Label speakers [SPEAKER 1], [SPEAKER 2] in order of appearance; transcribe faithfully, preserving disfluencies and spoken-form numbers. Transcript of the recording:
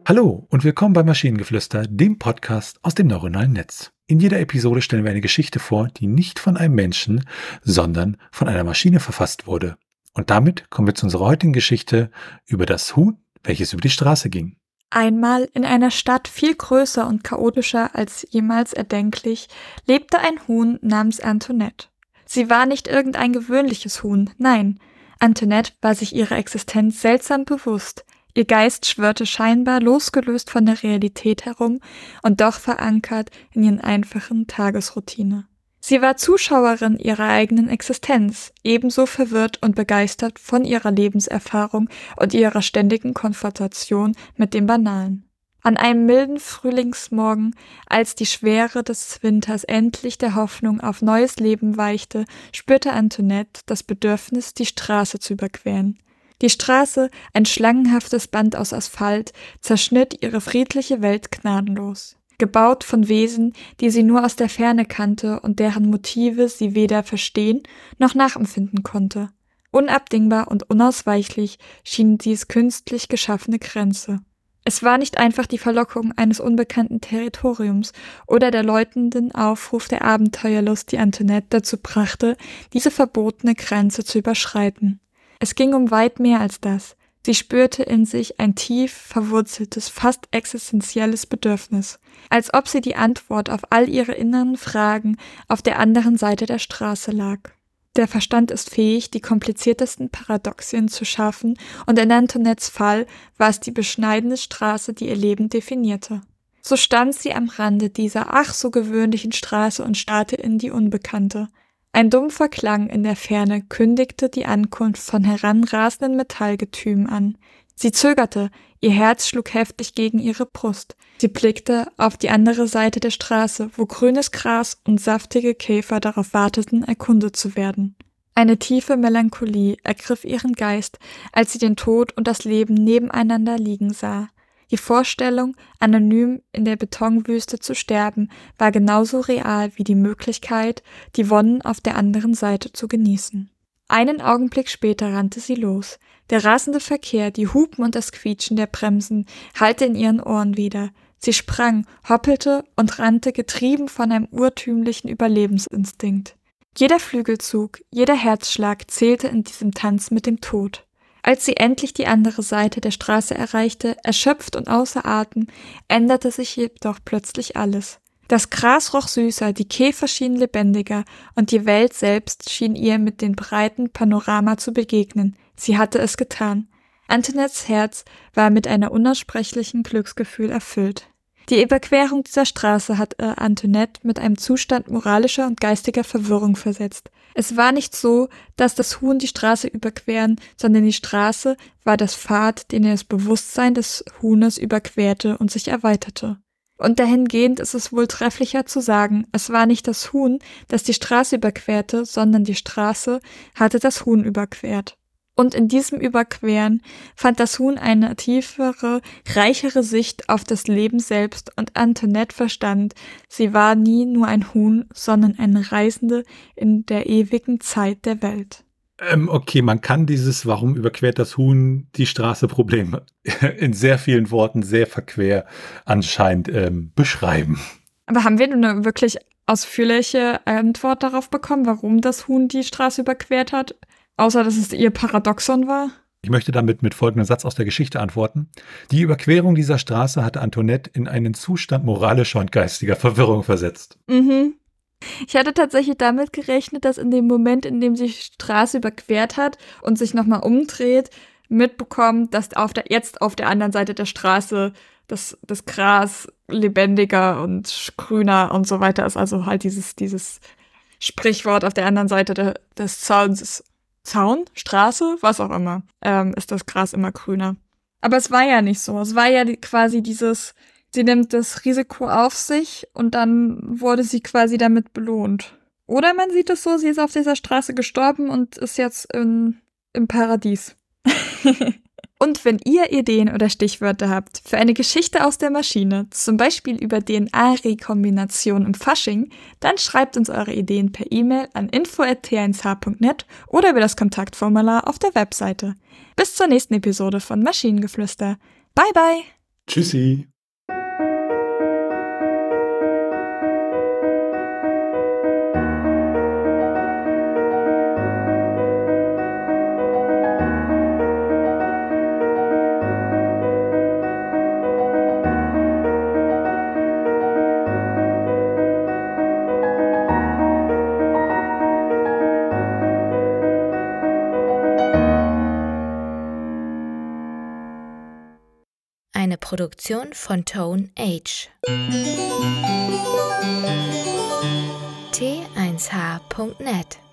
[SPEAKER 1] Hallo und willkommen bei Maschinengeflüster, dem Podcast aus dem neuronalen Netz. In jeder Episode stellen wir eine Geschichte vor, die nicht von einem Menschen, sondern von einer Maschine verfasst wurde. Und damit kommen wir zu unserer heutigen Geschichte über das Huhn, welches über die Straße ging.
[SPEAKER 2] Einmal in einer Stadt viel größer und chaotischer als jemals erdenklich, lebte ein Huhn namens Antoinette. Sie war nicht irgendein gewöhnliches Huhn, nein, Antoinette war sich ihrer Existenz seltsam bewusst. Ihr Geist schwirrte scheinbar losgelöst von der Realität herum und doch verankert in ihren einfachen Tagesroutine. Sie war Zuschauerin ihrer eigenen Existenz, ebenso verwirrt und begeistert von ihrer Lebenserfahrung und ihrer ständigen Konfrontation mit dem Banalen. An einem milden Frühlingsmorgen, als die Schwere des Winters endlich der Hoffnung auf neues Leben weichte, spürte Antoinette das Bedürfnis, die Straße zu überqueren. Die Straße, ein schlangenhaftes Band aus Asphalt, zerschnitt ihre friedliche Welt gnadenlos. Gebaut von Wesen, die sie nur aus der Ferne kannte und deren Motive sie weder verstehen noch nachempfinden konnte. Unabdingbar und unausweichlich schien dies künstlich geschaffene Grenze. Es war nicht einfach die Verlockung eines unbekannten Territoriums oder der läutenden Aufruf der Abenteuerlust, die Antoinette dazu brachte, diese verbotene Grenze zu überschreiten. Es ging um weit mehr als das. Sie spürte in sich ein tief verwurzeltes, fast existenzielles Bedürfnis, als ob sie die Antwort auf all ihre inneren Fragen auf der anderen Seite der Straße lag. Der Verstand ist fähig, die kompliziertesten Paradoxien zu schaffen, und in Antoinettes Fall war es die beschneidende Straße, die ihr Leben definierte. So stand sie am Rande dieser ach so gewöhnlichen Straße und starrte in die Unbekannte. Ein dumpfer Klang in der Ferne kündigte die Ankunft von heranrasenden Metallgetümen an. Sie zögerte, ihr Herz schlug heftig gegen ihre Brust. Sie blickte auf die andere Seite der Straße, wo grünes Gras und saftige Käfer darauf warteten, erkundet zu werden. Eine tiefe Melancholie ergriff ihren Geist, als sie den Tod und das Leben nebeneinander liegen sah. Die Vorstellung, anonym in der Betonwüste zu sterben, war genauso real wie die Möglichkeit, die Wonnen auf der anderen Seite zu genießen. Einen Augenblick später rannte sie los. Der rasende Verkehr, die Hupen und das Quietschen der Bremsen hallte in ihren Ohren wieder. Sie sprang, hoppelte und rannte, getrieben von einem urtümlichen Überlebensinstinkt. Jeder Flügelzug, jeder Herzschlag zählte in diesem Tanz mit dem Tod. Als sie endlich die andere Seite der Straße erreichte, erschöpft und außer Atem, änderte sich jedoch plötzlich alles. Das Gras roch süßer, die Käfer schienen lebendiger und die Welt selbst schien ihr mit dem breiten Panorama zu begegnen. Sie hatte es getan. Antoinettes Herz war mit einem unaussprechlichen Glücksgefühl erfüllt. Die Überquerung dieser Straße hatte Antoinette mit einem Zustand moralischer und geistiger Verwirrung versetzt. Es war nicht so, dass das Huhn die Straße überqueren, sondern die Straße war das Pfad, den das Bewusstsein des Huhnes überquerte und sich erweiterte. Und dahingehend ist es wohl trefflicher zu sagen, es war nicht das Huhn, das die Straße überquerte, sondern die Straße hatte das Huhn überquert. Und in diesem Überqueren fand das Huhn eine tiefere, reichere Sicht auf das Leben selbst, und Antoinette verstand, sie war nie nur ein Huhn, sondern eine Reisende in der ewigen Zeit der Welt.
[SPEAKER 1] Ähm, okay, man kann dieses „Warum überquert das Huhn die Straße“ Problem in sehr vielen Worten sehr verquer anscheinend ähm, beschreiben.
[SPEAKER 2] Aber haben wir eine wirklich ausführliche Antwort darauf bekommen, warum das Huhn die Straße überquert hat? Außer, dass es ihr Paradoxon war?
[SPEAKER 1] Ich möchte damit mit folgendem Satz aus der Geschichte antworten. Die Überquerung dieser Straße hatte Antoinette in einen Zustand moralischer und geistiger Verwirrung versetzt.
[SPEAKER 2] Mhm. Ich hatte tatsächlich damit gerechnet, dass in dem Moment, in dem sie die Straße überquert hat und sich nochmal umdreht, mitbekommt, dass auf der, jetzt auf der anderen Seite der Straße das, das Gras lebendiger und grüner und so weiter ist. Also halt dieses, dieses Sprichwort auf der anderen Seite de, des Zauns ist Zaun, Straße, was auch immer, ähm, ist das Gras immer grüner. Aber es war ja nicht so. Es war ja die, quasi dieses, sie nimmt das Risiko auf sich und dann wurde sie quasi damit belohnt. Oder man sieht es so, sie ist auf dieser Straße gestorben und ist jetzt in, im Paradies. Und wenn ihr Ideen oder Stichwörter habt für eine Geschichte aus der Maschine, zum Beispiel über D N A-Rekombination im Fasching, dann schreibt uns eure Ideen per E-Mail an info at t eins h punkt net oder über das Kontaktformular auf der Webseite. Bis zur nächsten Episode von Maschinengeflüster. Bye bye!
[SPEAKER 1] Tschüssi.
[SPEAKER 3] Eine Produktion von Tone Age. T eins H Punkt net